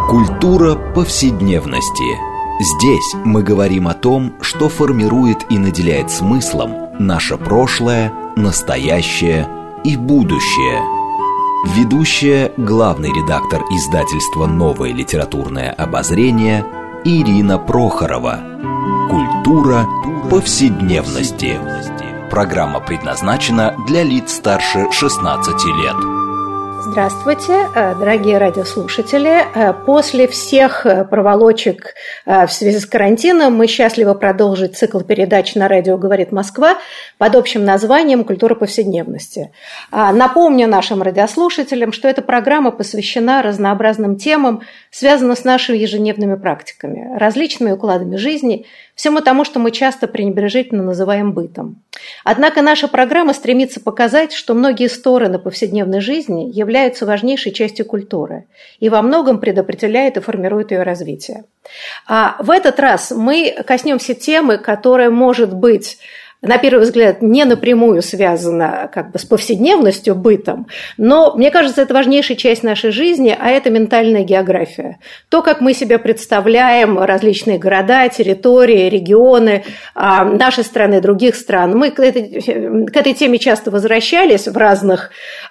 Культура повседневности. Здесь мы говорим о том, что формирует и наделяет смыслом наше прошлое, настоящее и будущее. Ведущая, главный редактор издательства «Новое литературное обозрение» Ирина Прохорова. Культура повседневности. Программа предназначена для лиц старше 16 лет. Здравствуйте, дорогие радиослушатели. После всех проволочек в связи с карантином мы счастливы продолжить цикл передач на радио «Говорит Москва» под общим названием «Культура повседневности». Напомню нашим радиослушателям, что эта программа посвящена разнообразным темам, связанным с нашими ежедневными практиками, различными укладами жизни, всему тому, что мы часто пренебрежительно называем бытом. Однако наша программа стремится показать, что многие стороны повседневной жизни являются важнейшей частью культуры и во многом предопределяют и формируют ее развитие. А в этот раз мы коснемся темы, которая может быть, на первый взгляд, не напрямую связана с повседневностью, бытом, но, мне кажется, это важнейшая часть нашей жизни, а это ментальная география. То, как мы себе представляем различные города, территории, регионы нашей страны, других стран. Мы к этой теме часто возвращались в разных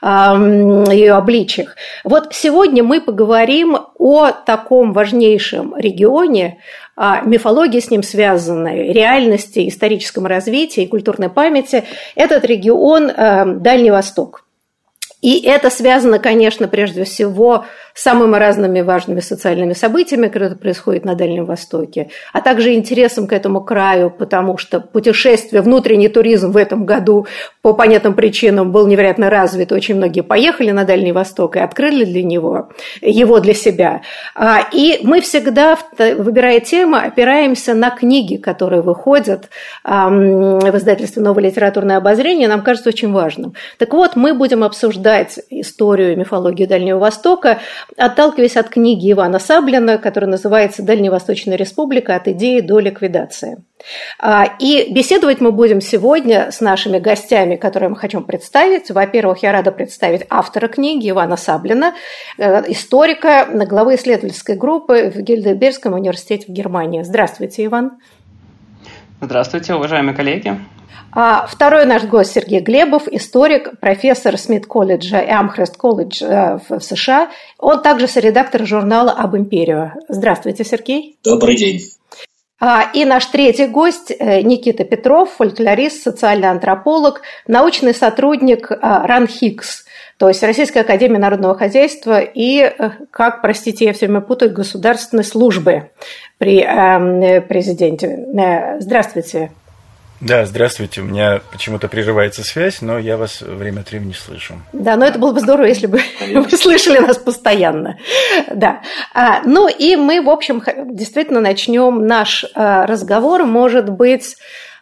ее обличиях. Вот сегодня мы поговорим о таком важнейшем регионе, мифологии с ним связанной, реальности, историческом развитии и культурной памяти. Этот регион Дальний Восток. И это связано, конечно, прежде всего с самыми разными важными социальными событиями, которые происходят на Дальнем Востоке, а также интересом к этому краю, потому что путешествие, внутренний туризм в этом году по понятным причинам был невероятно развит. Очень многие поехали на Дальний Восток и открыли для него, его для себя. И мы всегда, выбирая темы, опираемся на книги, которые выходят в издательстве «Новое литературное обозрение», нам кажется очень важным. Так вот, мы будем обсуждать историю и мифологию Дальнего Востока, отталкиваясь от книги Ивана Саблина, которая называется «Дальневосточная республика. От идеи до ликвидации». И беседовать мы будем сегодня с нашими гостями, которые мы хотим представить. Во-первых, я рада представить автора книги Ивана Саблина, историка, главы исследовательской группы в Гейдельбергском университете в Германии. Здравствуйте, Иван. Здравствуйте, уважаемые коллеги. Второй наш гость Сергей Глебов, историк, профессор Смит-колледжа и Амхерст-колледж в США. Он также соредактор журнала «Об империю». Здравствуйте, Сергей. Добрый день. И наш третий гость Никита Петров, фольклорист, социальный антрополог, научный сотрудник РАНХИКС, то есть Российской академии народного хозяйства и, простите, я все время путаю, государственной службы при президенте. Здравствуйте. Да, здравствуйте. У меня почему-то прерывается связь, но я вас время от времени слышу. Да, но это было бы здорово, если бы вы слышали нас постоянно. Да. Ну и мы, в общем, действительно начнем наш разговор, может быть,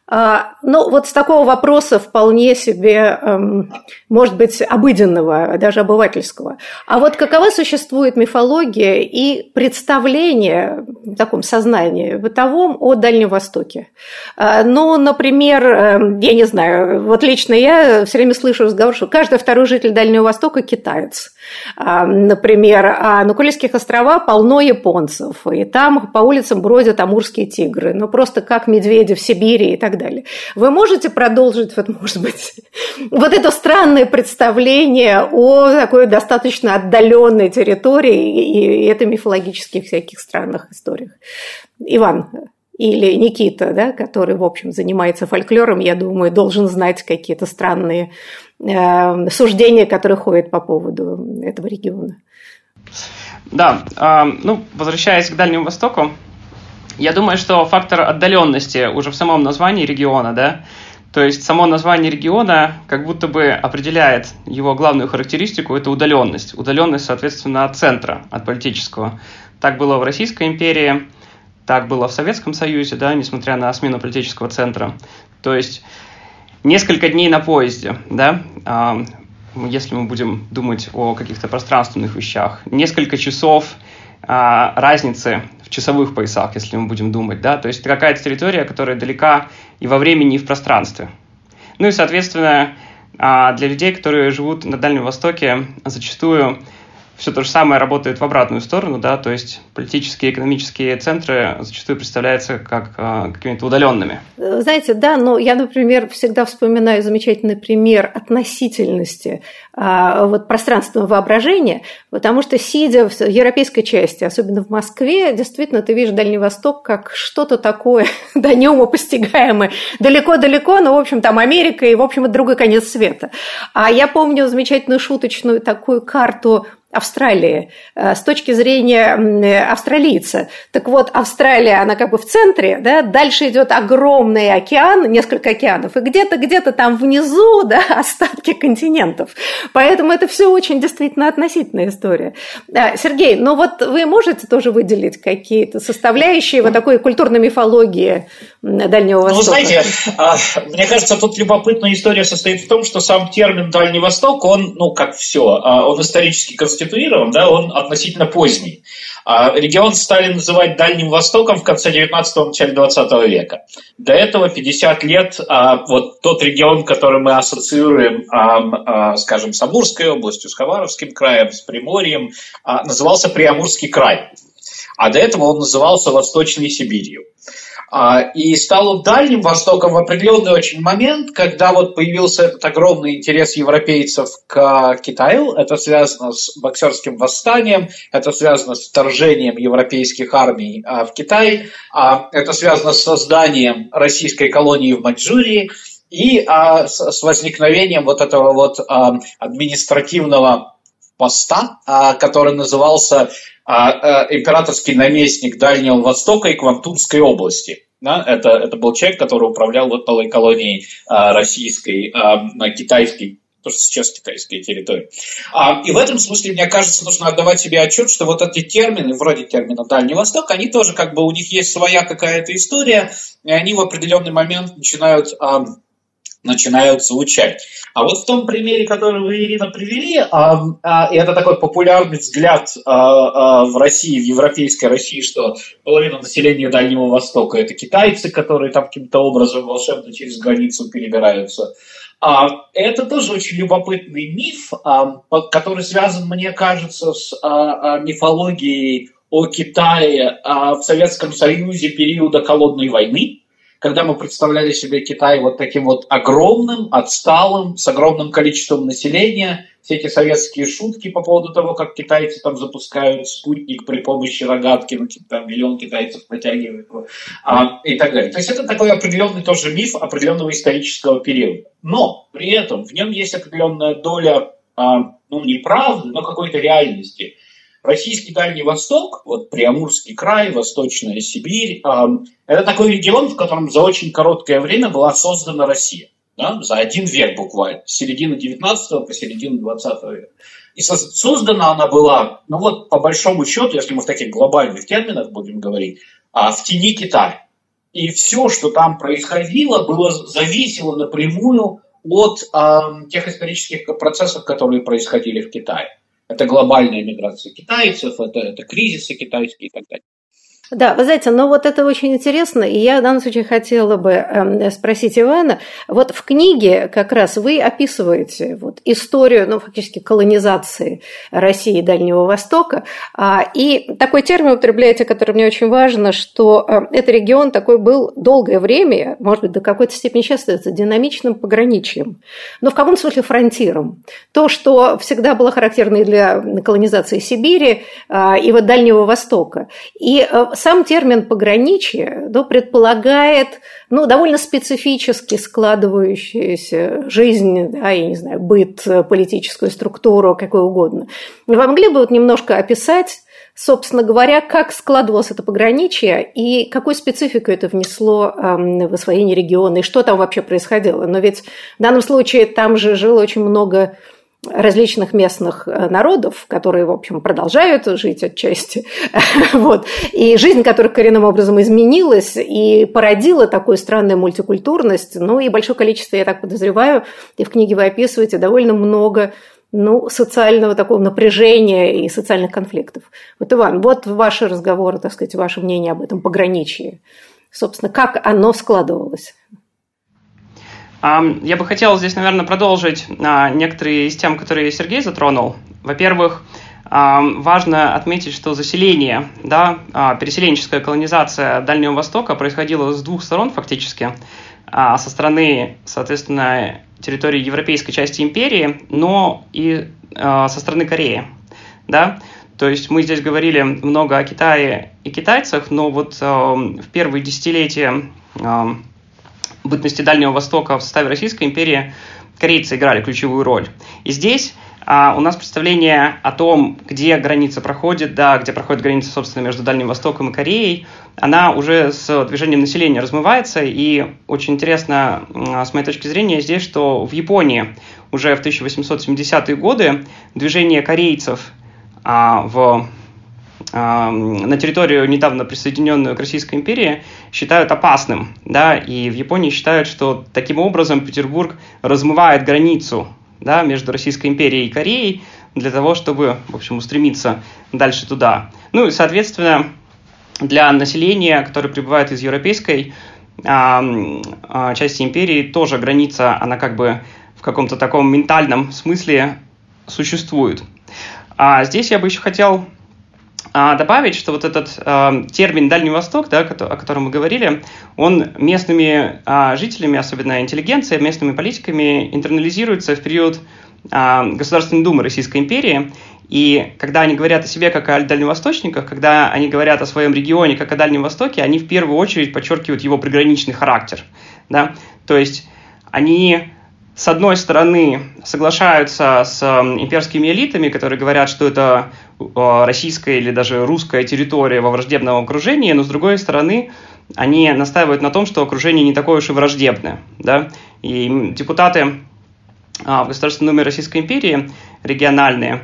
с такого вопроса вполне себе, может быть, обыденного, даже обывательского. А вот какова существует мифология и представление в таком сознании бытовом о Дальнем Востоке? Например, я не знаю, вот лично я все время слышу разговор, что каждый второй житель Дальнего Востока – китаец. Например, на Курильских островах полно японцев, и там по улицам бродят амурские тигры, просто как медведи в Сибири и так далее. Вы можете продолжить, может быть, это странное представление о такой достаточно отдаленной территории и это мифологических всяких странных историях? Иван или Никита, да, который, в общем, занимается фольклором, я думаю, должен знать какие-то странные суждения, которые ходят по поводу этого региона. Да, возвращаясь к Дальнему Востоку, я думаю, что фактор отдаленности уже в самом названии региона, да, то есть само название региона как будто бы определяет его главную характеристику – это удаленность. Удаленность, соответственно, от центра, от политического. Так было в Российской империи, так было в Советском Союзе, да, несмотря на смену политического центра. То есть несколько дней на поезде, да, если мы будем думать о каких-то пространственных вещах, несколько часов разницы в часовых поясах, если мы будем думать, да, то есть это какая-то территория, которая далека и во времени, и в пространстве. Ну и, соответственно, для людей, которые живут на Дальнем Востоке, зачастую все то же самое работает в обратную сторону, да, то есть политические и экономические центры зачастую представляются как какими-то удаленными. Знаете, да, но я, например, всегда вспоминаю замечательный пример относительности вот пространственного воображения, потому что, сидя в европейской части, особенно в Москве, действительно ты видишь Дальний Восток как что-то такое, да, неумопостигаемое, далеко-далеко, но, в общем, там Америка и, в общем, это другой конец света. А я помню замечательную шуточную такую карту Австралии с точки зрения австралийца. Так вот, Австралия, она как бы в центре, да, дальше идет огромный океан, несколько океанов, и где-то там внизу, да, остатки континентов. Поэтому это все очень действительно относительная история. Сергей, ну вот вы можете тоже выделить какие-то составляющие вот такой культурной мифологии Дальнего Востока? Ну, вы знаете, мне кажется, тут любопытная история состоит в том, что сам термин Дальний Восток, он, ну, как все, он исторически конституирован, да, он относительно поздний. Регион стали называть Дальним Востоком в конце 19-го, начале 20 века. До этого 50 лет вот тот регион, который мы ассоциируем, скажем, с Амурской областью, с Хабаровским краем, с Приморьем, назывался Приамурский край. А до этого он назывался Восточной Сибирью. И стал Дальним Востоком в определенный очень момент, когда вот появился этот огромный интерес европейцев к Китаю. Это связано с Боксерским восстанием, это связано с вторжением европейских армий в Китай, это связано с созданием российской колонии в Маньчжурии и с возникновением вот этого вот административного поста, который назывался императорский наместник Дальнего Востока и Квантунской области. Да, это был человек, который управлял вот новой колонией российской, китайской, то, что сейчас китайская территория. И в этом смысле, мне кажется, нужно отдавать себе отчет, что вот эти термины, вроде термина Дальний Восток, они тоже как бы, у них есть своя какая-то история, и они в определенный момент начинают звучать. А вот в том примере, который вы, Ирина, привели, и это такой популярный взгляд в России, в европейской России, что половина населения Дальнего Востока – это китайцы, которые там каким-то образом волшебно через границу перебираются. Это тоже очень любопытный миф, который связан, мне кажется, с мифологией о Китае в Советском Союзе периода Холодной войны, когда мы представляли себе Китай вот таким вот огромным, отсталым, с огромным количеством населения, все эти советские шутки по поводу того, как китайцы там запускают спутник при помощи рогатки, ну, там миллион китайцев натягивают его, и так далее. То есть это такой определенный тоже миф определенного исторического периода. Но при этом в нем есть определенная доля, ну, не правды, но какой-то реальности. Российский Дальний Восток, вот Приамурский край, Восточная Сибирь, это такой регион, в котором за очень короткое время была создана Россия. Да, за 1 век буквально, с середины 19 по середину 20 века. И создана она была, ну вот по большому счету, если мы в таких глобальных терминах будем говорить, в тени Китая. И все, что там происходило, зависело напрямую от тех исторических процессов, которые происходили в Китае. Это глобальная миграция китайцев, это кризисы китайские и так далее. Да, вы знаете, но вот это очень интересно, и я в данном случае хотела бы спросить Ивана. Вот в книге как раз вы описываете вот историю, ну, фактически колонизации России и Дальнего Востока, и такой термин употребляете, который мне очень важно, что этот регион такой был долгое время, может быть, до какой-то степени сейчас остается динамичным пограничьем, но в каком-то смысле фронтиром. То, что всегда было характерно и для колонизации Сибири, и вот Дальнего Востока. И сам термин «пограничье», да, предполагает, ну, довольно специфически складывающуюся жизнь, да, я не знаю, быт, политическую структуру, какой угодно. Вы могли бы вот немножко описать, собственно говоря, как складывалось это пограничье и какую специфику это внесло в освоение региона, и что там вообще происходило? Но ведь в данном случае там же жило очень много различных местных народов, которые, в общем, продолжают жить отчасти. Вот. И жизнь которых коренным образом изменилась и породила такую странную мультикультурность. Ну и большое количество, я так подозреваю, и в книге вы описываете довольно много, ну, социального такого напряжения и социальных конфликтов. Вот, Иван, вот ваши разговоры, так сказать, ваше мнение об этом пограничье. Собственно, как оно складывалось? Я бы хотел здесь, наверное, продолжить некоторые из тем, которые Сергей затронул. Во-первых, важно отметить, что заселение, да, переселенческая колонизация Дальнего Востока происходила с двух сторон фактически. Со стороны, соответственно, территории европейской части империи, но и со стороны Кореи. Да? То есть мы здесь говорили много о Китае и китайцах, но вот в первые десятилетия бытности Дальнего Востока в составе Российской империи корейцы играли ключевую роль. И здесь у нас представление о том, где граница проходит, да, где проходит граница, собственно, между Дальним Востоком и Кореей, она уже с движением населения размывается. И очень интересно, с моей точки зрения, здесь, что в Японии уже в 1870-е годы движение корейцев на территорию, недавно присоединенную к Российской империи, считают опасным. Да? И в Японии считают, что таким образом Петербург размывает границу, да, между Российской империей и Кореей для того, чтобы, в общем, устремиться дальше туда. Ну и, соответственно, для населения, которое прибывает из европейской части империи, тоже граница, она как бы в каком-то таком ментальном смысле существует. Здесь я бы еще хотел добавить, что вот этот термин «Дальний Восток», да, о котором мы говорили, он местными жителями, особенно интеллигенцией, местными политиками, интернализируется в период Государственной Думы Российской империи. И когда они говорят о себе как о дальневосточниках, когда они говорят о своем регионе как о Дальнем Востоке, они в первую очередь подчеркивают его приграничный характер. Да? То есть они, с одной стороны, соглашаются с имперскими элитами, которые говорят, что это российская или даже русская территория во враждебном окружении, но с другой стороны, они настаивают на том, что окружение не такое уж и враждебное. Да? И депутаты в Государственной Думе Российской империи региональные,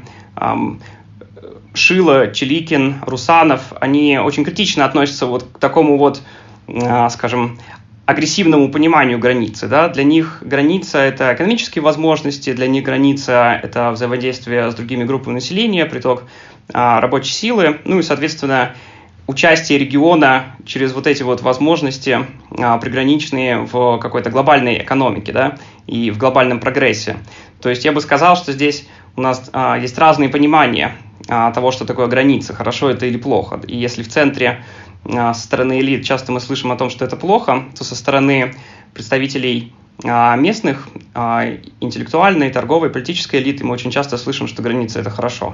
Шило, Чиликин, Русанов, они очень критично относятся вот к такому вот, скажем, агрессивному пониманию границы. Да? Для них граница – это экономические возможности, для них граница – это взаимодействие с другими группами населения, приток рабочей силы, ну и, соответственно, участие региона через вот эти вот возможности приграничные в какой-то глобальной экономике, да, и в глобальном прогрессе. То есть я бы сказал, что здесь у нас есть разные понимания того, что такое граница, хорошо это или плохо. И если в центре со стороны элит часто мы слышим о том, что это плохо, то со стороны представителей местных интеллектуальной, торговой, политической элиты мы очень часто слышим, что граница – это хорошо.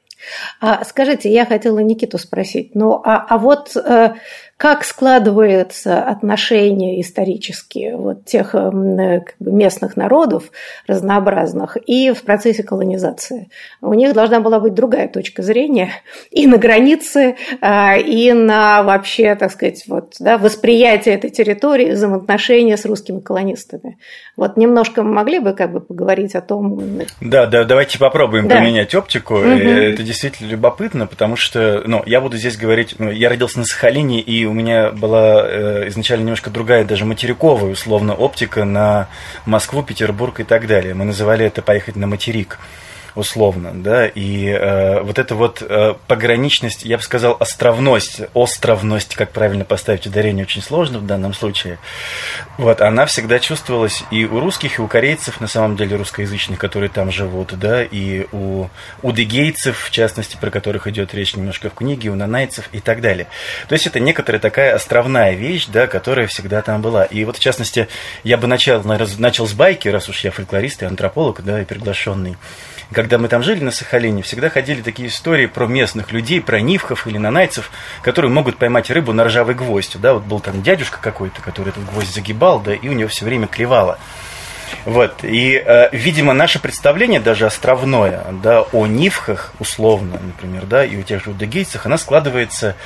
Скажите, я хотела Никиту спросить, вот как складываются отношения исторические вот тех как бы местных народов разнообразных и в процессе колонизации? У них должна была быть другая точка зрения и на границе, и на вообще, так сказать, вот, да, восприятие этой территории, взаимоотношения с русскими колонистами. Вот немножко мы могли бы как бы поговорить о том… Да, давайте попробуем поменять оптику. Это действительно любопытно, потому что, я буду здесь говорить, я родился на Сахалине, и у меня была изначально немножко другая, даже материковая, условно, оптика на Москву, Петербург и так далее. Мы называли это «поехать на материк», условно, да, и вот эта вот пограничность, я бы сказал, островность, как правильно поставить ударение, очень сложно в данном случае, вот, она всегда чувствовалась и у русских, и у корейцев, на самом деле, русскоязычных, которые там живут, да, и у удыгейцев, в частности, про которых идет речь немножко в книге, у нанайцев и так далее. То есть это некоторая такая островная вещь, да, которая всегда там была. И вот, в частности, я бы начал с байки, раз уж я фольклорист и антрополог, да, и приглашенный. Когда мы там жили на Сахалине, всегда ходили такие истории про местных людей, про нивхов или нанайцев, которые могут поймать рыбу на ржавый гвоздь. Да, вот был там дядюшка какой-то, который этот гвоздь загибал, да, и у него все время клевало. Вот, и, видимо, наше представление, даже островное, да, о нивхах, условно, например, да, и у тех же удыгейцах, она складывается,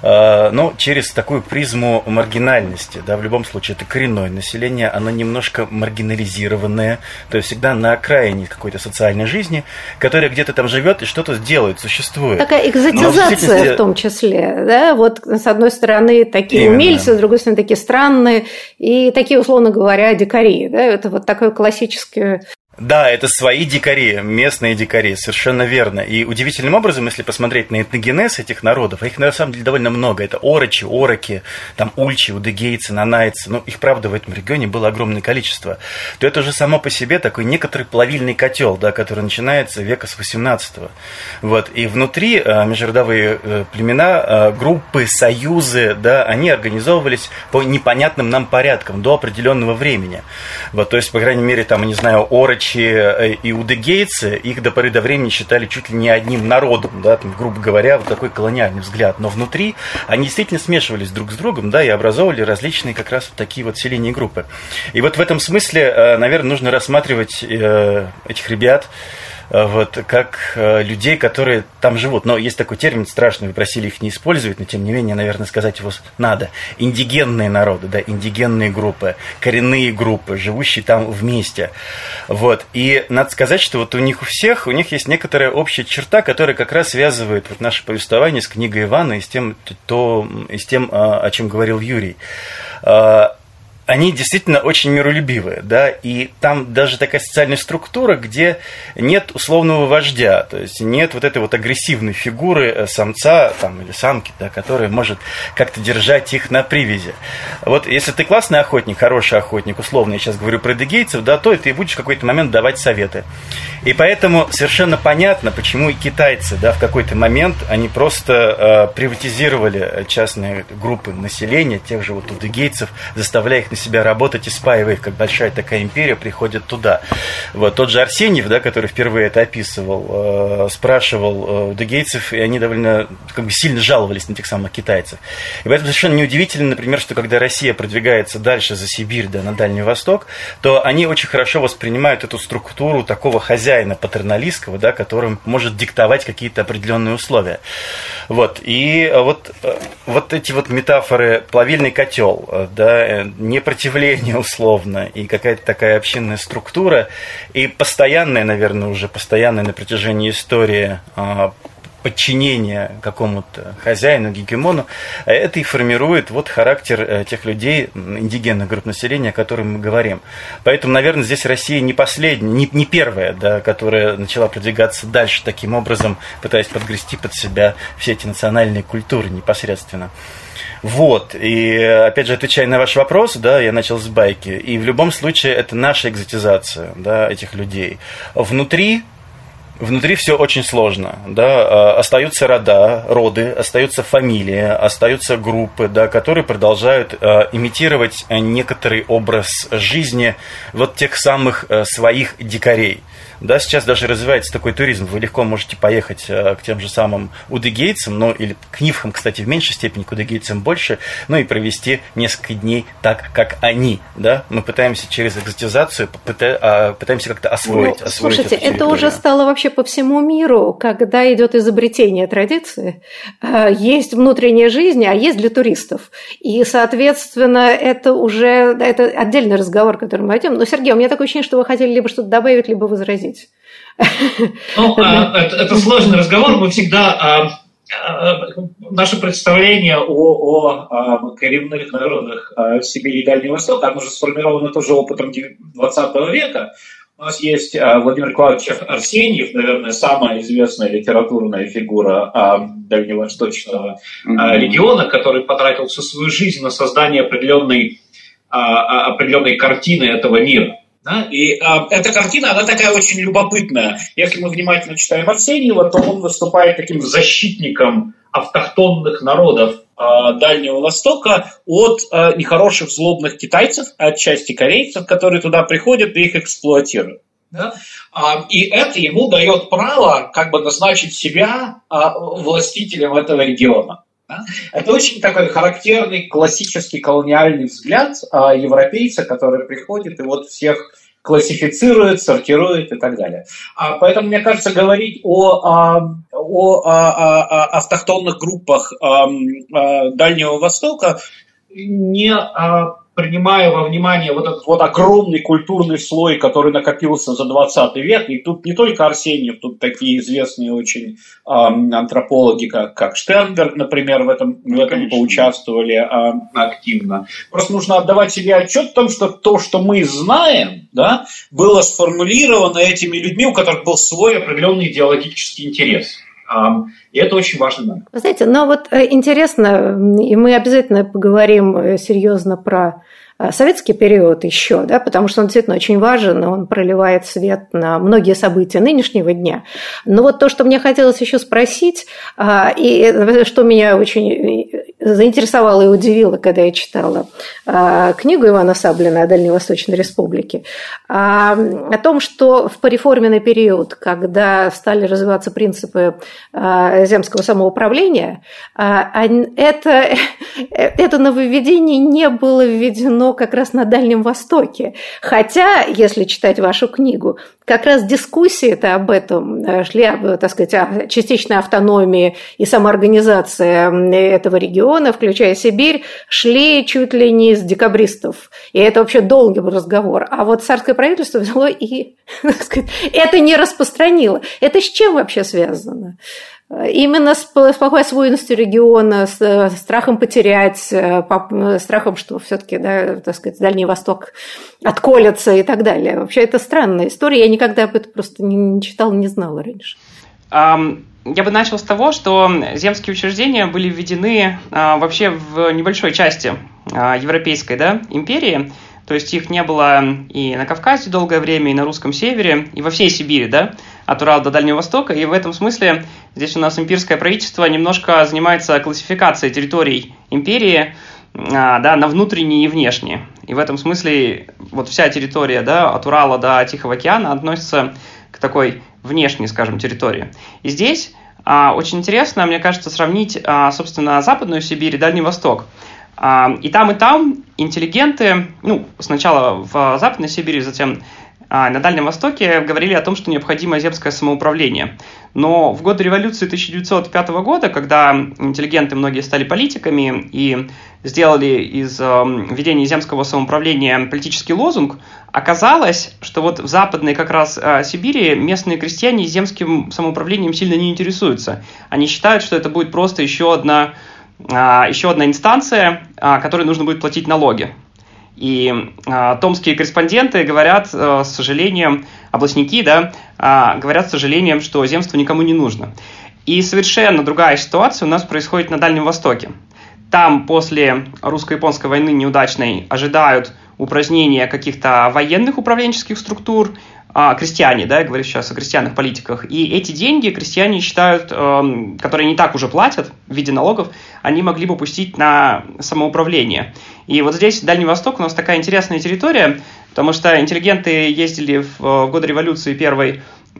через такую призму маргинальности, да, в любом случае, это коренное население, оно немножко маргинализированное, то есть всегда на окраине какой-то социальной жизни, которая где-то там живет и что-то делает, существует. Такая экзотизация в том числе, да, вот с одной стороны такие умельцы, с другой стороны такие странные и такие, условно говоря, дикари, да, это вот такое классическое Да, это свои дикари, местные дикари, совершенно верно. И удивительным образом, если посмотреть на этногенез этих народов, их на самом деле довольно много. Это орочи, ороки, там ульчи, удыгейцы, нанайцы. Их, правда, в этом регионе было огромное количество. То это уже само по себе такой некоторый плавильный котел, да, который начинается века с 18-го. Вот. И внутри межродовые племена, группы, союзы, да, они организовывались по непонятным нам порядкам до определенного времени. Вот, то есть, по крайней мере, там, не знаю, орочи и удыгейцы, их до поры до времени считали чуть ли не одним народом, да, там, грубо говоря, вот такой колониальный взгляд. Но внутри они действительно смешивались друг с другом, да, и образовывали различные как раз вот такие вот селения и группы. И вот в этом смысле, наверное, нужно рассматривать этих ребят вот, как людей, которые там живут. Но есть такой термин страшный, вы просили их не использовать, но тем не менее, наверное, сказать его надо. Индигенные народы, да, индигенные группы, коренные группы, живущие там вместе. Вот. И надо сказать, что вот у них есть некоторая общая черта, которая как раз связывает вот наше повествование с книгой Ивана и с тем, о чем говорил Юрий. Они действительно очень миролюбивые, да, и там даже такая социальная структура, где нет условного вождя, то есть нет вот этой вот агрессивной фигуры самца там, или самки, да, которая может как-то держать их на привязи. Вот если ты классный охотник, хороший охотник, условно я сейчас говорю про эдыгейцев, да, то ты будешь в какой-то момент давать советы. И поэтому совершенно понятно, почему и китайцы, да, в какой-то момент они просто приватизировали частные группы населения, тех же вот эдыгейцев, заставляя их на себя работать и спаивая их, как большая такая империя приходит туда. Вот тот же Арсеньев, да, который впервые это описывал, спрашивал у эдыгейцев, и они довольно сильно жаловались на тех самых китайцев. И поэтому совершенно неудивительно, например, что когда Россия продвигается дальше за Сибирь, да, на Дальний Восток, то они очень хорошо воспринимают эту структуру такого хозяина патерналистского, да, которым может диктовать какие-то определенные условия. Вот. И вот эти вот метафоры плавильный котел, да, непротивление условно, и какая-то такая общинная структура, и постоянное на протяжении истории подчинение какому-то хозяину, гегемону, это и формирует вот характер тех людей, индигенных групп населения, о которых мы говорим. Поэтому, наверное, здесь Россия не последняя, не первая, да, которая начала продвигаться дальше таким образом, пытаясь подгрести под себя все эти национальные культуры непосредственно. Вот, и опять же, отвечая на ваш вопрос, да, я начал с байки, и в любом случае это наша экзотизация, да, этих людей. Внутри все очень сложно, да, остаются роды, остаются фамилии, остаются группы, да, которые продолжают имитировать некоторый образ жизни вот тех самых своих дикарей. Да, сейчас даже развивается такой туризм. Вы легко можете поехать к тем же самым удыгейцам, ну или к нивхам, кстати, в меньшей степени, к удыгейцам больше, ну и провести несколько дней так, как они. Да? Мы пытаемся через экзотизацию, пытаемся как-то освоить. Слушайте, это уже стало вообще по всему миру, когда идет изобретение традиции. Есть внутренняя жизнь, а есть для туристов. И, соответственно, это отдельный разговор, который мы войдем. Но, Сергей, у меня такое ощущение, что вы хотели либо что-то добавить, либо возразить. Это сложный разговор. Мы всегда наше представление о коренных народах Сибири и Дальнего Востока, оно же сформировано тоже опытом 20 века. У нас есть Владимир Клавдевич Арсеньев, наверное, самая известная литературная фигура дальневосточного региона, который потратил всю свою жизнь на создание определенной картины этого мира. Да? И эта картина, она такая очень любопытная. Если мы внимательно читаем Арсеньева, то он выступает таким защитником автохтонных народов Дальнего Востока от нехороших злобных китайцев, отчасти корейцев, которые туда приходят и их эксплуатируют. Да? И это ему дает право как бы назначить себя властителем этого региона. Это очень такой характерный классический колониальный взгляд европейца, который приходит и вот всех классифицирует, сортирует и так далее. Поэтому, мне кажется, говорить о автохтонных группах Дальнего Востока не принимая во внимание вот этот вот огромный культурный слой, который накопился за 20 век, и тут не только Арсеньев, тут такие известные очень антропологи, как Штернберг, например, в этом поучаствовали активно. Просто нужно отдавать себе отчет в том, что то, что мы знаем, да, было сформулировано этими людьми, у которых был свой определенный идеологический интерес. И это очень важный момент. Вы знаете, но вот интересно, и мы обязательно поговорим серьезно про советский период еще, да, потому что он действительно очень важен, и он проливает свет на многие события нынешнего дня. Но вот то, что мне хотелось еще спросить, и что меня очень заинтересовало и удивило, когда я читала книгу Ивана Саблина о Дальневосточной Республике, о том, что в пореформенный период, когда стали развиваться принципы земского самоуправления, это нововведение не было введено как раз на Дальнем Востоке. Хотя, если читать вашу книгу, как раз дискуссии-то об этом шли, так сказать, о частичной автономии и самоорганизации этого региона, включая Сибирь, шли чуть ли не с декабристов. И это вообще долгий был разговор. А вот царское правительство взяло и, так сказать, это не распространило. Это с чем вообще связано? Именно с плохой освоенностью региона, с страхом потерять, страхом, что все-таки, да, так сказать, Дальний Восток отколется и так далее. Вообще, это странная история. Я никогда об этом просто не читала, не знала раньше. Я бы начал с того, что земские учреждения были введены вообще в небольшой части Европейской, да, империи. То есть их не было и на Кавказе долгое время, и на Русском севере, и во всей Сибири, да, от Урала до Дальнего Востока. И в этом смысле здесь у нас имперское правительство немножко занимается классификацией территорий империи, да, на внутренние и внешние. И в этом смысле вот вся территория, да, от Урала до Тихого океана относится к такой внешней, скажем, территории. И здесь очень интересно, мне кажется, сравнить, собственно, Западную Сибирь и Дальний Восток. И там интеллигенты, ну, сначала в Западной Сибири, затем на Дальнем Востоке говорили о том, что необходимо земское самоуправление. Но в годы революции 1905 года, когда интеллигенты многие стали политиками и сделали из введения земского самоуправления политический лозунг, оказалось, что вот в Западной как раз Сибири местные крестьяне земским самоуправлением сильно не интересуются. Они считают, что это будет просто еще одна инстанция, которой нужно будет платить налоги. И томские корреспонденты говорят с сожалением, областники, да, говорят с сожалением, что земство никому не нужно. И совершенно другая ситуация у нас происходит на Дальнем Востоке. Там после русско-японской войны неудачной ожидают упразднения каких-то военных управленческих структур, крестьяне, да, я говорю сейчас о крестьянах политиках, и эти деньги крестьяне считают, которые не так уже платят в виде налогов, они могли бы пустить на самоуправление. И вот здесь, Дальний Восток, у нас такая интересная территория, потому что интеллигенты ездили в годы революции первой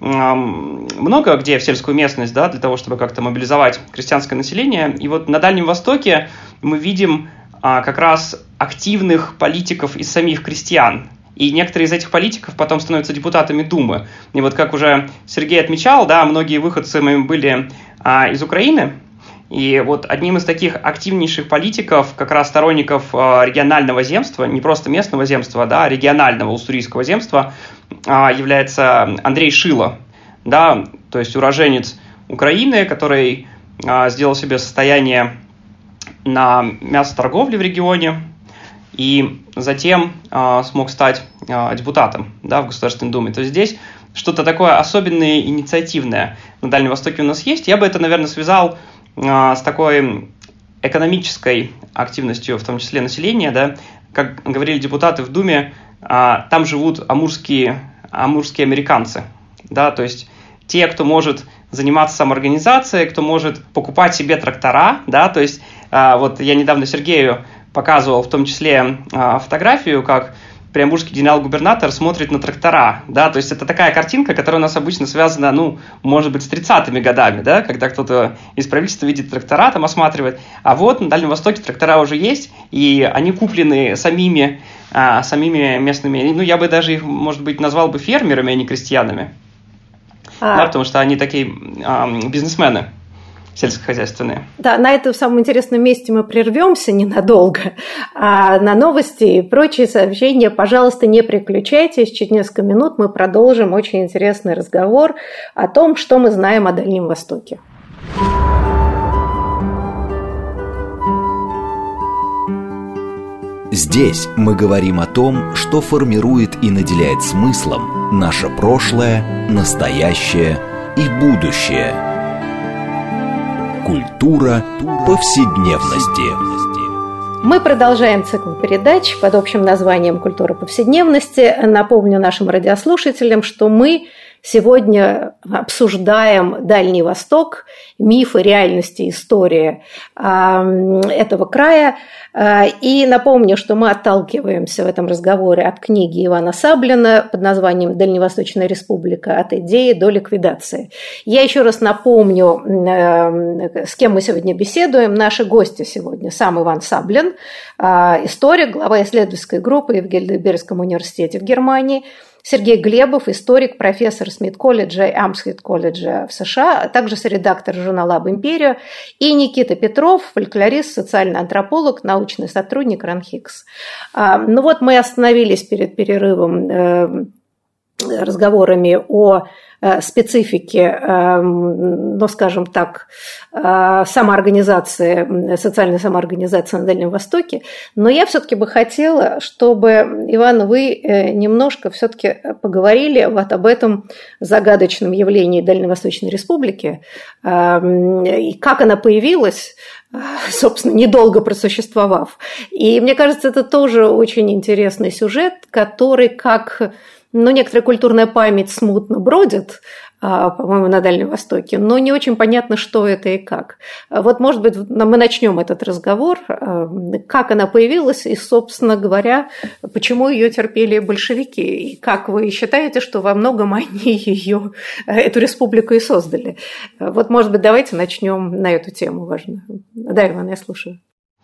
много где в сельскую местность, да, для того, чтобы как-то мобилизовать крестьянское население. И вот на Дальнем Востоке мы видим как раз активных политиков из самих крестьян. И некоторые из этих политиков потом становятся депутатами Думы. И вот как уже Сергей отмечал, да, многие выходцы были из Украины. И вот одним из таких активнейших политиков, как раз сторонников регионального земства, не просто местного земства, да, а регионального уссурийского земства, является Андрей Шило, да, то есть уроженец Украины, который сделал себе состояние на мясоторговле в регионе, и затем смог стать депутатом, да, в Государственной Думе. То есть здесь что-то такое особенное, инициативное на Дальнем Востоке у нас есть. Я бы это, наверное, связал с такой экономической активностью, в том числе населения, да. Как говорили депутаты в Думе, там живут амурские американцы, да, то есть те, кто может заниматься самоорганизацией, кто может покупать себе трактора, да, то есть вот я недавно Сергею показывал в том числе фотографию, как приамурский генерал-губернатор смотрит на трактора, да, то есть это такая картинка, которая у нас обычно связана, ну, может быть, с 30-ми годами, да, когда кто-то из правительства видит трактора, там осматривает, а вот на Дальнем Востоке трактора уже есть, и они куплены самими местными, ну, я бы даже их, может быть, назвал бы фермерами, а не крестьянами, да, потому что они такие бизнесмены. сельскохозяйственные. Да, на этом самом интересном месте мы прервемся ненадолго, а на новости и прочие сообщения, пожалуйста, не переключайтесь. Через несколько минут мы продолжим очень интересный разговор о том, что мы знаем о Дальнем Востоке. Здесь мы говорим о том, что формирует и наделяет смыслом наше прошлое, настоящее и будущее. Культура повседневности. Мы продолжаем цикл передач под общим названием «Культура повседневности». Напомню нашим радиослушателям, что мы сегодня обсуждаем Дальний Восток, мифы, реальности, история этого края. И напомню, что мы отталкиваемся в этом разговоре от книги Ивана Саблина под названием «Дальневосточная республика. От идеи до ликвидации». Я еще раз напомню, с кем мы сегодня беседуем. Наши гости сегодня сам Иван Саблин, историк, глава исследовательской группы в Гейдельбергском университете в Германии, Сергей Глебов, историк, профессор Смит-колледжа и Амсхит-колледжа в США, а также редактор журнала «Об империю», и Никита Петров, фольклорист, социальный антрополог, научный сотрудник РАН-Хикс. Ну вот мы остановились перед перерывом разговорами о специфике, ну, скажем так, самоорганизации, социальной самоорганизации на Дальнем Востоке. Но я все-таки бы хотела, чтобы, Иван, вы немножко все-таки поговорили вот об этом загадочном явлении Дальневосточной Республики, и как она появилась, собственно, недолго просуществовав. И мне кажется, это тоже очень интересный сюжет, который как... Но некоторая культурная память смутно бродит, по-моему, на Дальнем Востоке, но не очень понятно, что это и как. Вот, может быть, мы начнем этот разговор, как она появилась и, собственно говоря, почему ее терпели большевики, и как вы считаете, что во многом они ее, эту республику и создали. Вот, может быть, давайте начнем на эту тему важную. Да, Иван, я слушаю.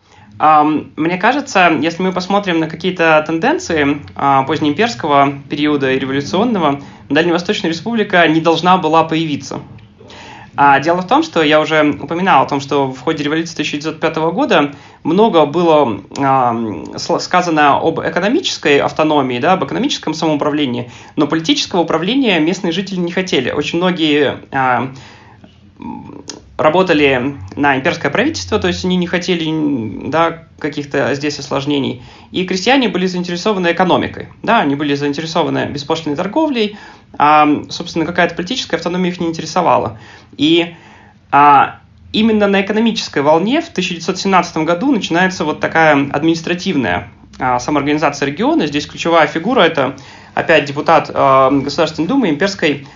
Мне кажется, если мы посмотрим на какие-то тенденции позднеимперского периода и революционного, Дальневосточная республика не должна была появиться. Дело в том, что я уже упоминал о том, что в ходе революции 1905 года много было сказано об экономической автономии, да, об экономическом самоуправлении, но политического управления местные жители не хотели. Очень многие работали на имперское правительство, то есть они не хотели, да, каких-то здесь осложнений. И крестьяне были заинтересованы экономикой, да, они были заинтересованы беспошлиной торговлей, а, собственно, какая-то политическая автономия их не интересовала. И именно на экономической волне в 1917 году начинается вот такая административная самоорганизация региона. Здесь ключевая фигура – это опять депутат Государственной Думы имперской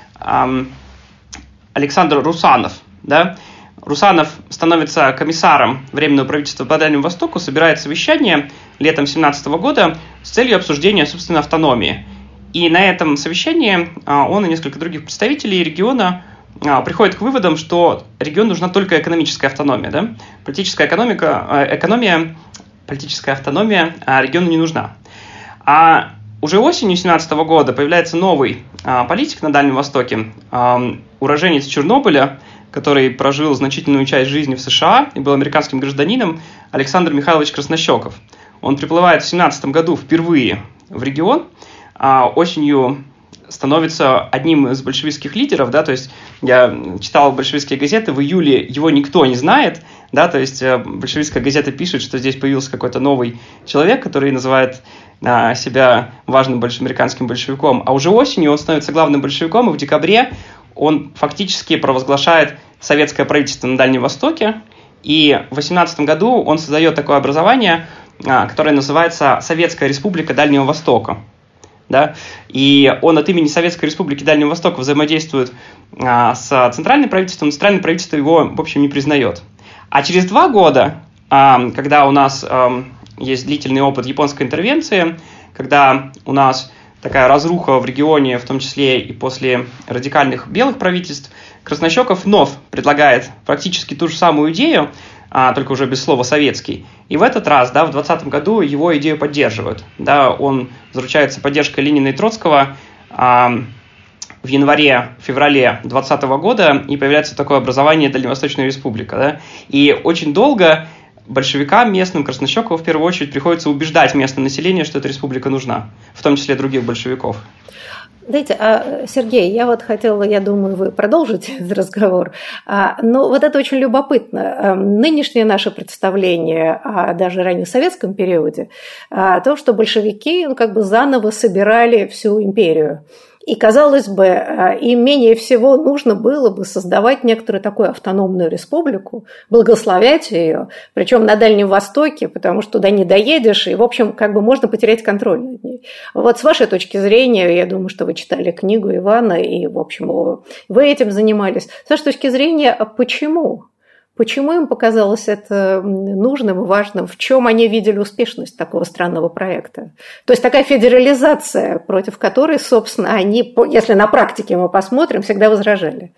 Александр Русанов, да. Русанов становится комиссаром Временного правительства по Дальнему Востоку, собирает совещание летом 1917 года с целью обсуждения, собственно, автономии. И на этом совещании он и несколько других представителей региона приходят к выводам, что региону нужна только экономическая автономия. Да? Политическая автономия региону не нужна. А уже осенью 1917 года появляется новый политик на Дальнем Востоке, уроженец Чернобыля, который прожил значительную часть жизни в США и был американским гражданином, Александр Михайлович Краснощеков. Он приплывает в 1917 году впервые в регион, осенью становится одним из большевистских лидеров, да, то есть я читал большевистские газеты, в июле его никто не знает, да, то есть большевистская газета пишет, что здесь появился какой-то новый человек, который называет себя важным американским большевиком, а уже осенью он становится главным большевиком, и в декабре он фактически провозглашает советское правительство на Дальнем Востоке, и в 18 году он создает такое образование, которое называется Советская Республика Дальнего Востока. Да? И он от имени Советской Республики Дальнего Востока взаимодействует с центральным правительством, но центральное правительство его, в общем, не признает. А через 2 года, когда у нас есть длительный опыт японской интервенции, когда у нас такая разруха в регионе, в том числе и после радикальных белых правительств, Краснощеков вновь предлагает практически ту же самую идею, только уже без слова «советский». И в этот раз, да, в 2020 году его идею поддерживают. Да, он заручается поддержкой Ленина и Троцкого в январе-феврале 2020 года, и появляется такое образование Дальневосточная Республика. Да? И очень долго большевикам местным, Краснощекову в первую очередь, приходится убеждать местное население, что эта республика нужна, в том числе других большевиков. Знаете, Сергей, я вот хотела, я думаю, вы продолжите этот разговор, но вот это очень любопытно. Нынешнее наше представление о даже ранее советском периоде, то, что большевики как бы заново собирали всю империю. И, казалось бы, им менее всего нужно было бы создавать некоторую такую автономную республику, благословлять ее, причем на Дальнем Востоке, потому что туда не доедешь, и, в общем, как бы можно потерять контроль над ней. Вот с вашей точки зрения, я думаю, что вы читали книгу Ивана, и, в общем, вы этим занимались. С вашей точки зрения, почему? Почему им показалось это нужным и важным? В чем они видели успешность такого странного проекта? То есть такая федерализация, против которой, собственно, они, если на практике мы посмотрим, всегда возражали.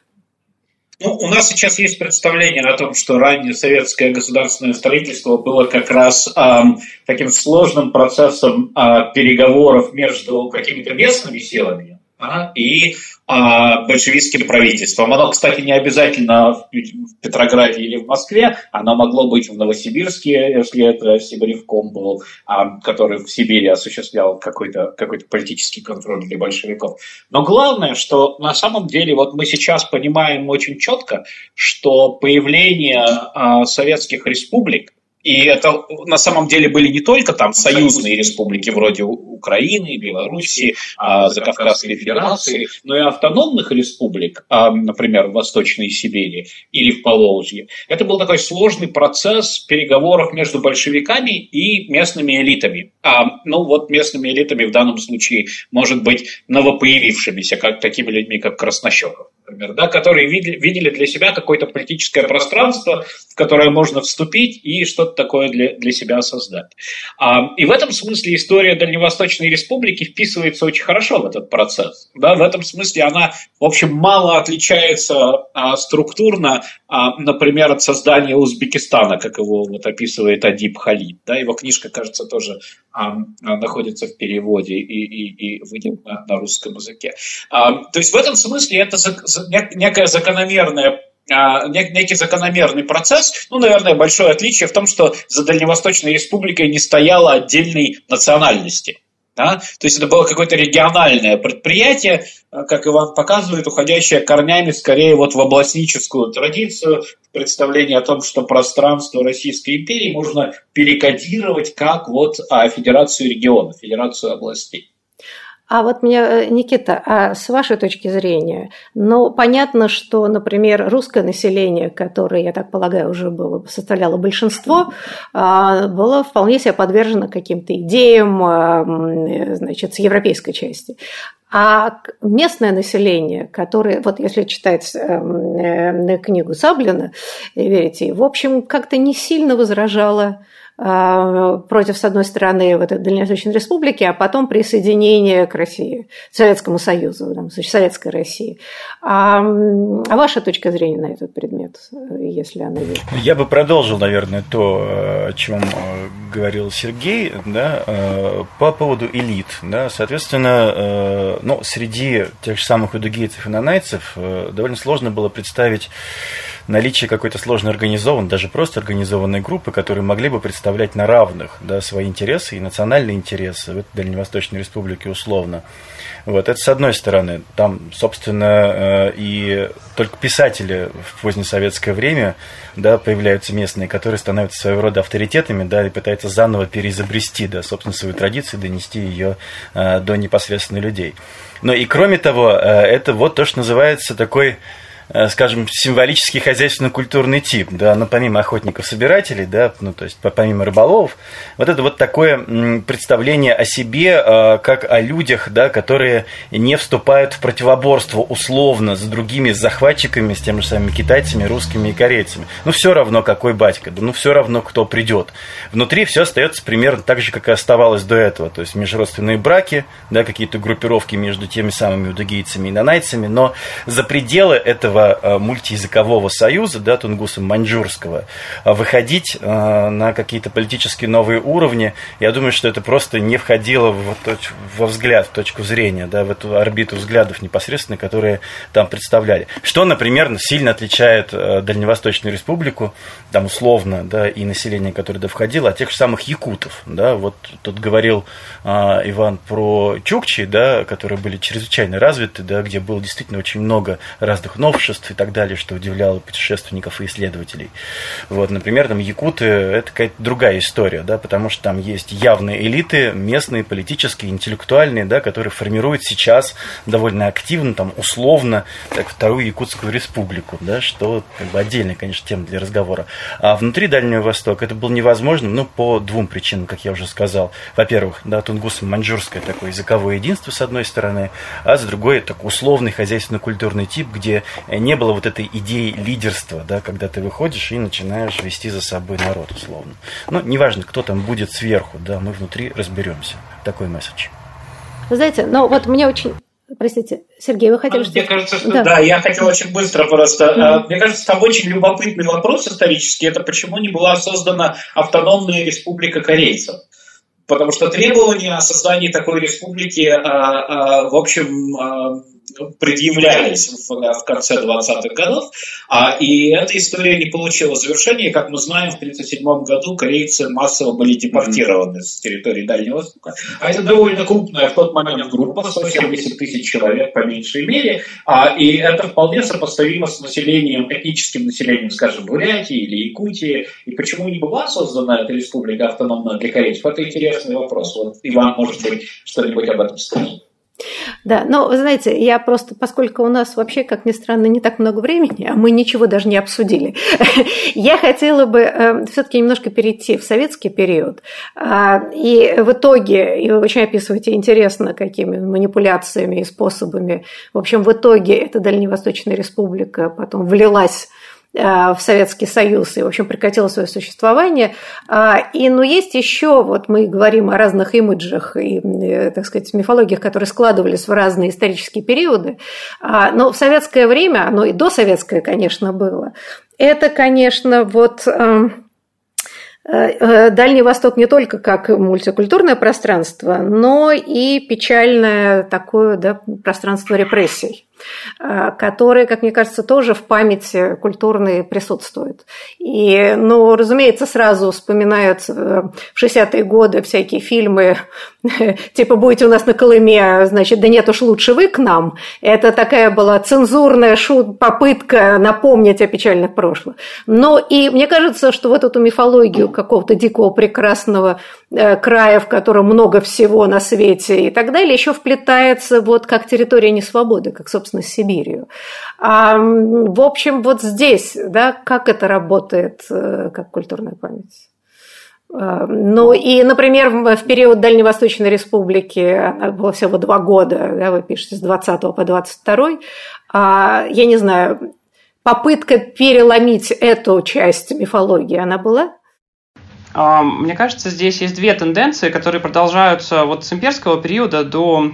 Ну, у нас сейчас есть представление о том, что раннее советское государственное строительство было как раз таким сложным процессом переговоров между какими-то местными силами и большевистским правительством. Оно, кстати, не обязательно в Петрограде или в Москве, оно могло быть в Новосибирске, если это Сибиревком был, который в Сибири осуществлял какой-то политический контроль для большевиков. Но главное, что на самом деле вот мы сейчас понимаем очень четко, что появление советских республик, и это на самом деле были не только там союзные республики вроде Украины, Белоруссии, Закавказской Федерации, но и автономных республик, например, в Восточной Сибири или в Поволжье. Это был такой сложный процесс переговоров между большевиками и местными элитами. Ну вот местными элитами в данном случае может быть новопоявившимися, как такими людьми, как Краснощеков, например, да, которые видели для себя какое-то политическое пространство, в которое можно вступить и что-то такое для себя создать. И в этом смысле история Дальневосточной Республики вписывается очень хорошо в этот процесс. Да, в этом смысле она, в общем, мало отличается структурно, например, от создания Узбекистана, как его вот описывает Адиб Халид. Да, его книжка, кажется, тоже находится в переводе и выйдет на русском языке. То есть в этом смысле это некая закономерная некий закономерный процесс. Ну, наверное, большое отличие в том, что за Дальневосточной Республикой не стояло отдельной национальности. Да? То есть это было какое-то региональное предприятие, как Иван показывает, уходящее корнями скорее вот в областническую традицию, представление о том, что пространство Российской империи можно перекодировать как вот федерацию регионов, федерацию областей. А вот меня, Никита, с вашей точки зрения, ну, понятно, что, например, русское население, которое, я так полагаю, уже составляло большинство, было вполне себе подвержено каким-то идеям, значит, с европейской части. А местное население, которое, вот если читать книгу Саблина, верите, в общем, как-то не сильно возражало против, с одной стороны, вот этой Дальневосточной Республики, а потом присоединение к России, Советскому Союзу, там, Советской России. А ваша точка зрения на этот предмет, если она есть? Я бы продолжил, наверное, то, о чем говорил Сергей, да, по поводу элит. Да, соответственно, ну, среди тех же самых удугейцев и нанайцев довольно сложно было представить наличие какой-то сложно организованной, даже просто организованной группы, которые могли бы представлять на равных, да, свои интересы и национальные интересы в этой Дальневосточной Республике условно. Вот, это с одной стороны. Там, собственно, и только писатели в позднесоветское время, да, появляются местные, которые становятся своего рода авторитетами, да, и пытаются заново переизобрести, да, собственно, свою традицию, донести ее до непосредственно людей. Но и кроме того, это вот то, что называется такой, скажем, символический хозяйственно-культурный тип, да, ну, помимо охотников-собирателей, да, ну, то есть помимо рыболовов, вот это вот такое представление о себе, как о людях, да, которые не вступают в противоборство условно с другими захватчиками, с теми же самыми китайцами, русскими и корейцами. Ну, все равно, какой батька, да, ну, все равно, кто придет. Внутри все остается примерно так же, как и оставалось до этого, то есть межродственные браки, да, какие-то группировки между теми самыми удугейцами и нанайцами, но за пределы этого этого мультиязыкового союза, да, тунгуса-маньчжурского, выходить на какие-то политические новые уровни, я думаю, что это просто не входило во взгляд, в точку зрения, да, в эту орбиту взглядов непосредственно, которые там представляли. Что, например, сильно отличает Дальневосточную республику, там условно, да, и население, которое туда входило, от тех же самых якутов, да, вот тут говорил Иван про чукчи, да, которые были чрезвычайно развиты, да, где было действительно очень много разных новшеств и так далее, что удивляло путешественников и исследователей. Вот, например, там якуты – это какая-то другая история, да, потому что там есть явные элиты, местные, политические, интеллектуальные, да, которые формируют сейчас довольно активно, там, условно, так, Вторую Якутскую республику, да, что как бы отдельная, конечно, тема для разговора. А внутри Дальнего Востока это было невозможно, ну, по двум причинам, как я уже сказал. Во-первых, да, тунгусско-маньчжурское такое языковое единство, с одной стороны, а с другой, так, условный хозяйственно-культурный тип, где не было вот этой идеи лидерства, да, когда ты выходишь и начинаешь вести за собой народ, условно. Ну, неважно, кто там будет сверху, да, мы внутри разберемся. Такой месседж. Вы знаете, ну, вот мне очень... Простите, Сергей, вы хотели что-то? Мне кажется, что да, я хотел очень быстро просто. Мне кажется, там очень любопытный вопрос исторический. Это почему не была создана автономная республика корейцев? Потому что требования о создании такой республики, в общем, предъявлялись в конце 20-х годов, и эта история не получила завершения. Как мы знаем, в 1937 году корейцы массово были депортированы с территории Дальнего Востока. А это довольно крупная в тот момент группа, 170 тысяч человек по меньшей мере, и это вполне сопоставимо с населением, этническим населением, скажем, Бурятии или Якутии. И почему не была создана эта республика автономная для корейцев? Это интересный вопрос. Вот Иван, может быть, что-нибудь об этом скажет. Да, но, вы знаете, я просто, поскольку у нас вообще, как ни странно, не так много времени, а мы ничего даже не обсудили, я хотела бы все-таки немножко перейти в советский период. И в итоге, и вы очень описываете интересно, какими манипуляциями и способами, в общем, в итоге эта Дальневосточная республика потом влилась в Советский Союз и, в общем, прекратила свое существование. Но есть еще, вот мы говорим о разных имиджах и, так сказать, мифологиях, которые складывались в разные исторические периоды, но в советское время, оно и досоветское, конечно, было, это, конечно, вот... Дальний Восток не только как мультикультурное пространство, но и печальное такое, да, пространство репрессий, которые, как мне кажется, тоже в памяти культурной присутствуют. И, ну, разумеется, сразу вспоминаются в 60-е годы всякие фильмы, типа «Будете у нас на Колыме, значит, да нет уж, лучше вы к нам». Это такая была цензурная попытка напомнить о печальных прошлых. Но и мне кажется, что вот эту мифологию какого-то дикого прекрасного края, в котором много всего на свете и так далее, еще вплетается вот как территория несвободы, как, собственно, Сибирью. В общем, вот здесь, да, как это работает как культурная память? Ну и, например, в период Дальневосточной республики, она была всего 2 года, да, вы пишете, с 20 по 22, я не знаю, попытка переломить эту часть мифологии, она была? Мне кажется, здесь есть 2 тенденции, которые продолжаются вот с имперского периода до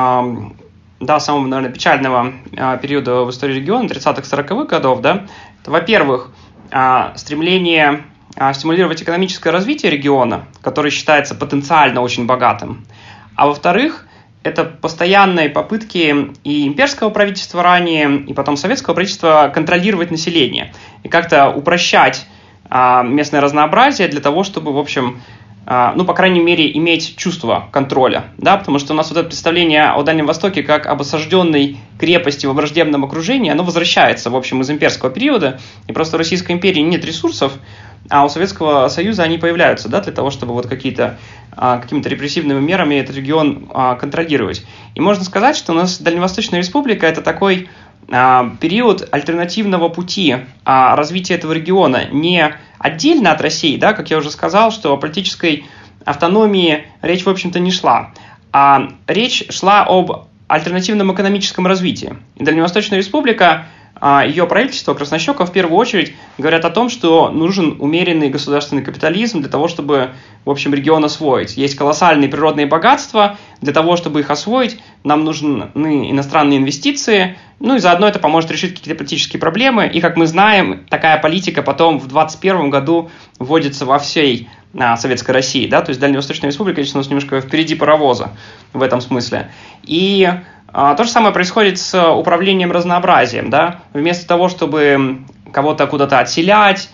самого, наверное, печального периода в истории региона, 30-40-х годов. Да? Это, во-первых, стремление стимулировать экономическое развитие региона, который считается потенциально очень богатым. А во-вторых, это постоянные попытки и имперского правительства ранее, и потом советского правительства контролировать население и как-то упрощать местное разнообразие для того, чтобы, в общем, ну, по крайней мере, иметь чувство контроля, да, потому что у нас вот это представление о Дальнем Востоке как об осажденной крепости в враждебном окружении, оно возвращается, в общем, из имперского периода, и просто у Российской империи нет ресурсов, а у Советского Союза они появляются, да, для того, чтобы вот какими-то репрессивными мерами этот регион контролировать. И можно сказать, что у нас Дальневосточная республика – это такой период альтернативного пути развития этого региона, не отдельно от России, да, как я уже сказал, что о политической автономии речь, в общем-то, не шла, а речь шла об альтернативном экономическом развитии. И Дальневосточная республика, ее правительство, Краснощеков, в первую очередь говорят о том, что нужен умеренный государственный капитализм для того, чтобы, в общем, регион освоить. Есть колоссальные природные богатства, для того, чтобы их освоить, нам нужны иностранные инвестиции, и заодно это поможет решить какие-то политические проблемы. И, как мы знаем, такая политика потом в 2021 году вводится во всей Советской России, да, то есть Дальневосточная Республика, конечно, у нас немножко впереди паровоза в этом смысле. И то же самое происходит с управлением разнообразием, да, вместо того, чтобы кого-то куда-то отселять,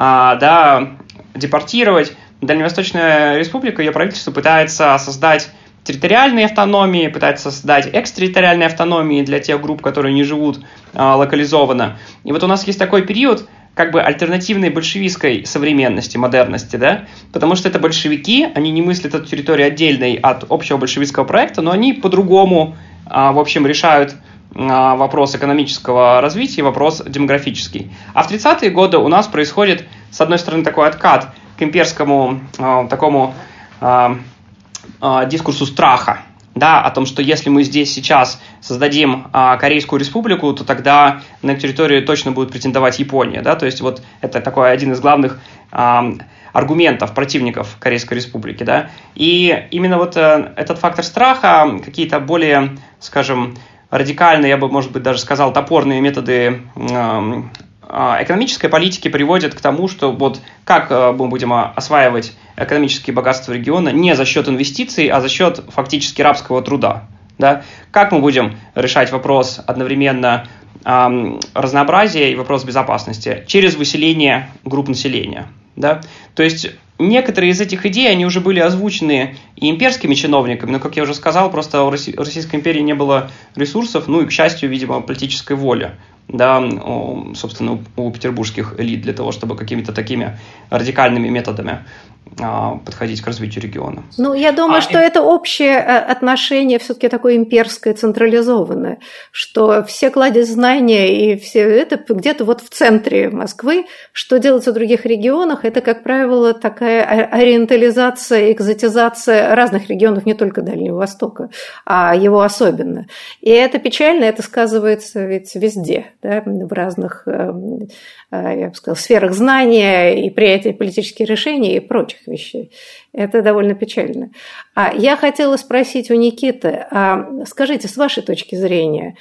депортировать, Дальневосточная Республика, ее правительство пытается создать территориальные автономии, пытается создать экстерриториальные автономии для тех групп, которые не живут локализованно. И вот у нас есть такой период, как бы альтернативной большевистской современности, модерности, да, потому что это большевики, они не мыслят эту территорию отдельной от общего большевистского проекта, но они по-другому, в общем, решают вопрос экономического развития и вопрос демографический. А в 30-е годы у нас происходит, с одной стороны, такой откат к имперскому такому дискурсу страха, да, о том, что если мы здесь сейчас создадим Корейскую республику, то тогда на эту территорию точно будет претендовать Япония, да, то есть вот это такой один из главных аргументов противников Корейской республики, да, и именно вот этот фактор страха, какие-то более, скажем, радикальные, я бы, может быть, даже сказал, топорные методы экономической политики приводят к тому, что вот как мы будем осваивать экономические богатства региона не за счет инвестиций, а за счет фактически рабского труда. Да? Как мы будем решать вопрос одновременно разнообразия и вопрос безопасности? Через выселение групп населения. Да? То есть некоторые из этих идей, они уже были озвучены и имперскими чиновниками, но, как я уже сказал, просто у Российской империи не было ресурсов, и, к счастью, видимо, политической воли, да, собственно, у петербургских элит для того, чтобы какими-то такими радикальными методами подходить к развитию региона. Я думаю, что это общее отношение все-таки такое имперское, централизованное, что все кладезь знания и все это где-то вот в центре Москвы. Что делается в других регионах, это, как правило, такая ориентализация, экзотизация разных регионов, не только Дальнего Востока, а его особенно. И это печально, это сказывается ведь везде, да, в разных, я бы сказала, сферах знания и принятия политических решений и прочих вещей. Это довольно печально. Я хотела спросить у Никиты, скажите, с вашей точки зрения,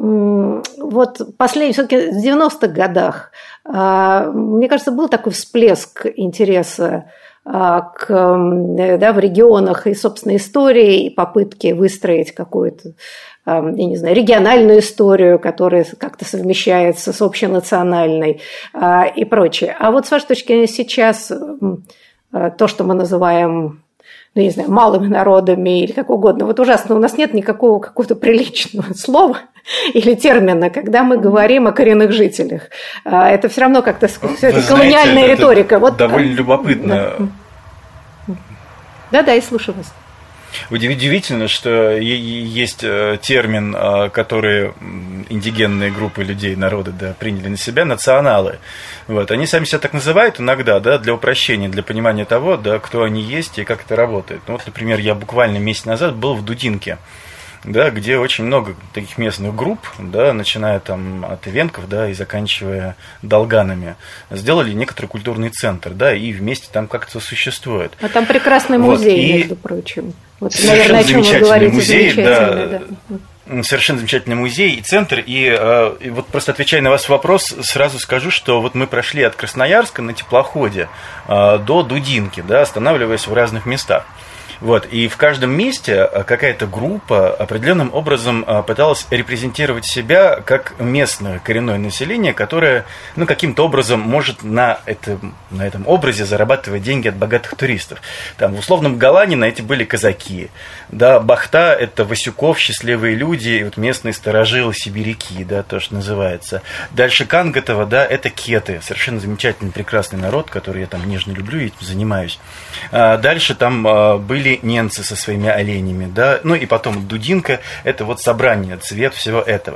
вот последний, все-таки в 90-х годах, мне кажется, был такой всплеск интереса в регионах и собственной истории, и попытки выстроить какую-то, я не знаю, региональную историю, которая как-то совмещается с общенациональной и прочее. А вот с вашей точки зрения сейчас то, что мы называем, не знаю, малыми народами или как угодно, вот ужасно, у нас нет никакого какого-то приличного слова или термина, когда мы говорим о коренных жителях. Это все равно как-то колониальная риторика. Вот, довольно любопытно. Да, я слушаю вас. Удивительно, что есть термин, который индигенные группы людей, народы, приняли на себя, националы. Вот. Они сами себя так называют иногда, для упрощения, для понимания того, кто они есть и как это работает. Вот, например, я буквально месяц назад был в Дудинке, где очень много таких местных групп, начиная там от ивенков, и заканчивая долганами, сделали некоторый культурный центр, и вместе там как-то существует. А там прекрасный музей, между прочим. Вот, совершенно наверное, о чем вы говорите, музей, да. Совершенно замечательный музей и центр. И вот просто отвечая на ваш вопрос, сразу скажу, что вот мы прошли от Красноярска на теплоходе до Дудинки, останавливаясь в разных местах. Вот, и в каждом месте какая-то группа определенным образом пыталась репрезентировать себя как местное коренное население, которое каким-то образом может на этом образе зарабатывать деньги от богатых туристов. Там, в условном Галанина эти были казаки, Бахта – это Васюков, счастливые люди, и вот местные старожилы, сибиряки, то, что называется. Дальше Канготова, это кеты, совершенно замечательный, прекрасный народ, который я там нежно люблю и этим занимаюсь. Дальше там были ненцы со своими оленями, и потом Дудинка – это вот собрание, цвет всего этого.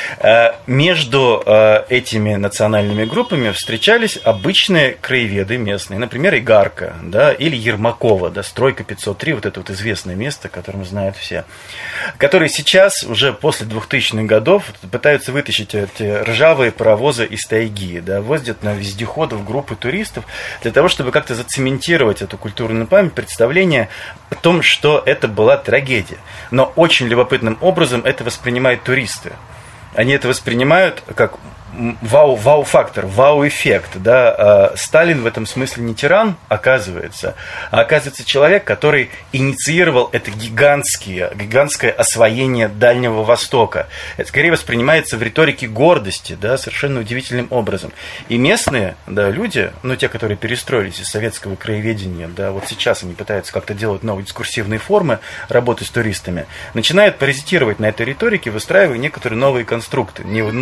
Между этими национальными группами встречались обычные краеведы местные, например, Игарка, или Ермакова, Стройка 503, вот это вот известное место, которое знают все, которые сейчас, уже после 2000-х годов, пытаются вытащить эти ржавые паровозы из тайги, возят на вездеходов группы туристов для того, чтобы как-то зацементировать эту культурную память, представление о том, что это была трагедия. Но очень любопытным образом это воспринимают туристы. Они это воспринимают как вау-фактор, вау-эффект. Да? Сталин в этом смысле не тиран, оказывается, а оказывается человек, который инициировал это гигантское освоение Дальнего Востока. Это скорее воспринимается в риторике гордости, да, совершенно удивительным образом. И местные, да, люди, те, которые перестроились из советского краеведения, да, вот сейчас они пытаются как-то делать новые дискурсивные формы работы с туристами, начинают паразитировать на этой риторике, выстраивая некоторые новые конструкты,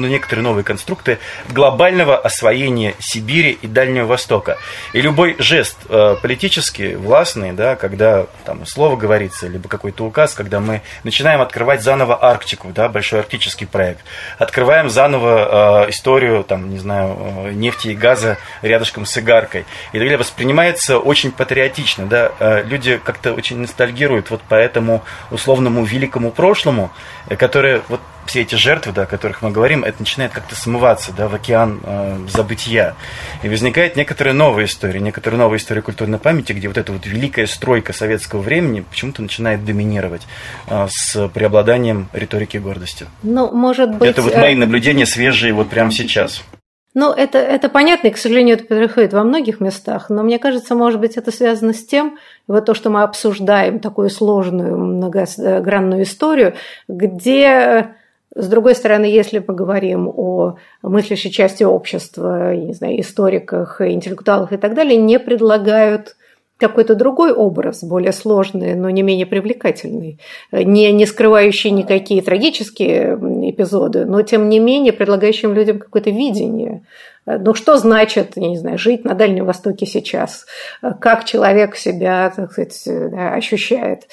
глобального освоения Сибири и Дальнего Востока. И любой жест политический, властный, да, когда там слово говорится, либо какой-то указ, когда мы начинаем открывать заново Арктику, да, большой арктический проект, открываем заново историю, там, не знаю, нефти и газа рядышком с Игаркой, и так далее, воспринимается очень патриотично, да, люди как-то очень ностальгируют вот по этому условному великому прошлому, которое вот все эти жертвы, да, о которых мы говорим, это начинает как-то смываться, да, в океан забытия. И возникает некоторая новая история культурной памяти, где вот эта вот великая стройка советского времени почему-то начинает доминировать с преобладанием риторики гордости. Может быть... Это вот мои наблюдения свежие вот прямо сейчас. Это понятно, и, к сожалению, это происходит во многих местах, но мне кажется, может быть, это связано с тем, вот то, что мы обсуждаем, такую сложную, многогранную историю, где... С другой стороны, если мы говорим о мыслящей части общества, я не знаю, историках, интеллектуалах и так далее, не предлагают какой-то другой образ, более сложный, но не менее привлекательный, не скрывающий никакие трагические эпизоды, но тем не менее предлагающим людям какое-то видение. Что значит, я не знаю, жить на Дальнем Востоке сейчас? Как человек себя, так сказать, ощущает?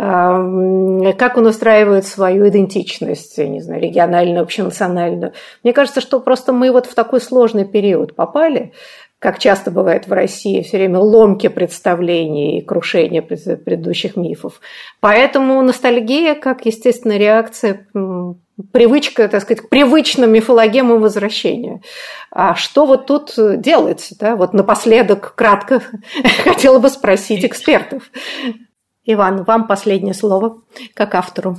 Как он устраивает свою идентичность, я не знаю, региональную, общенациональную? Мне кажется, что просто мы вот в такой сложный период попали, как часто бывает в России, все время ломки представлений и крушение предыдущих мифов. Поэтому ностальгия, как естественная реакция, привычка, так сказать, к привычным мифологемам возвращения. А что вот тут делается? Да? Вот напоследок, кратко, хотела бы спросить экспертов. Иван, вам последнее слово, как автору.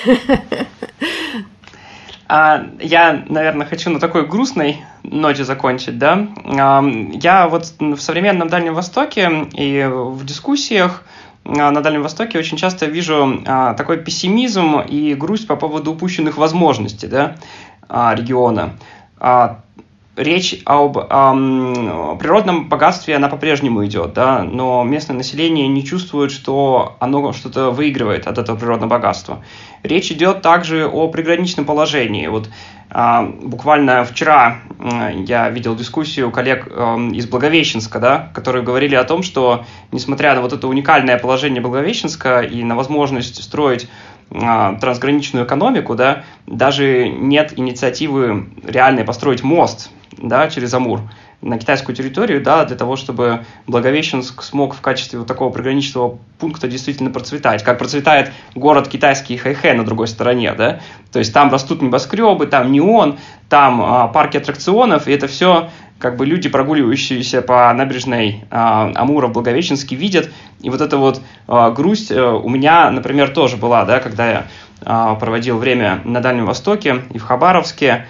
Я, наверное, хочу на такой грустной ноте закончить, да. Я вот в современном Дальнем Востоке и в дискуссиях на Дальнем Востоке очень часто вижу такой пессимизм и грусть по поводу упущенных возможностей, да, региона. Речь об природном богатстве, она по-прежнему идет, да, но местное население не чувствует, что оно что-то выигрывает от этого природного богатства. Речь идет также о приграничном положении. Вот буквально вчера я видел дискуссию коллег из Благовещенска, да, которые говорили о том, что несмотря на вот это уникальное положение Благовещенска и на возможность строить трансграничную экономику, да, даже нет инициативы реальной построить мост, да, через Амур на китайскую территорию, да, для того, чтобы Благовещенск смог в качестве вот такого приграничного пункта действительно процветать, как процветает город китайский Хэйхэ на другой стороне, да, то есть там растут небоскребы, там неон, там парки аттракционов, и это все как бы люди, прогуливающиеся по набережной Амура в Благовещенске, видят, и вот эта вот грусть у меня, например, тоже была, да, когда я проводил время на Дальнем Востоке и в Хабаровске.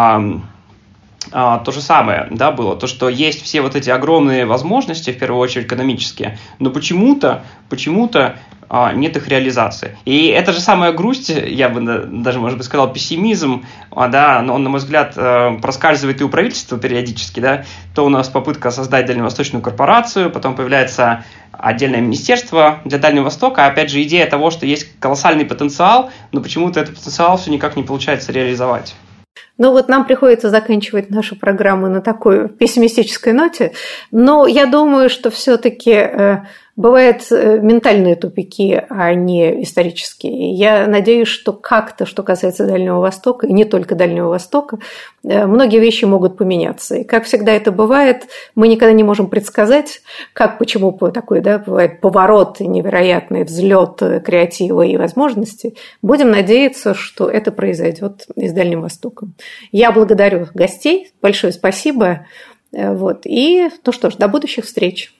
То же самое, да, было, то, что есть все вот эти огромные возможности, в первую очередь экономические, но почему-то нет их реализации. И это же самая грусть, я бы даже, может быть, сказал, пессимизм, да, но он, на мой взгляд, проскальзывает и у правительства периодически, да, то у нас попытка создать дальневосточную корпорацию, потом появляется отдельное министерство для Дальнего Востока, опять же, идея того, что есть колоссальный потенциал, но почему-то этот потенциал все никак не получается реализовать. Нам приходится заканчивать нашу программу на такой пессимистической ноте, но я думаю, что все-таки бывают ментальные тупики, а не исторические. Я надеюсь, что как-то, что касается Дальнего Востока, и не только Дальнего Востока, многие вещи могут поменяться. И как всегда это бывает, мы никогда не можем предсказать, почему такой, да, бывает поворот, невероятный взлет креатива и возможностей. Будем надеяться, что это произойдет и с Дальним Востоком. Я благодарю гостей, большое спасибо. И, до будущих встреч.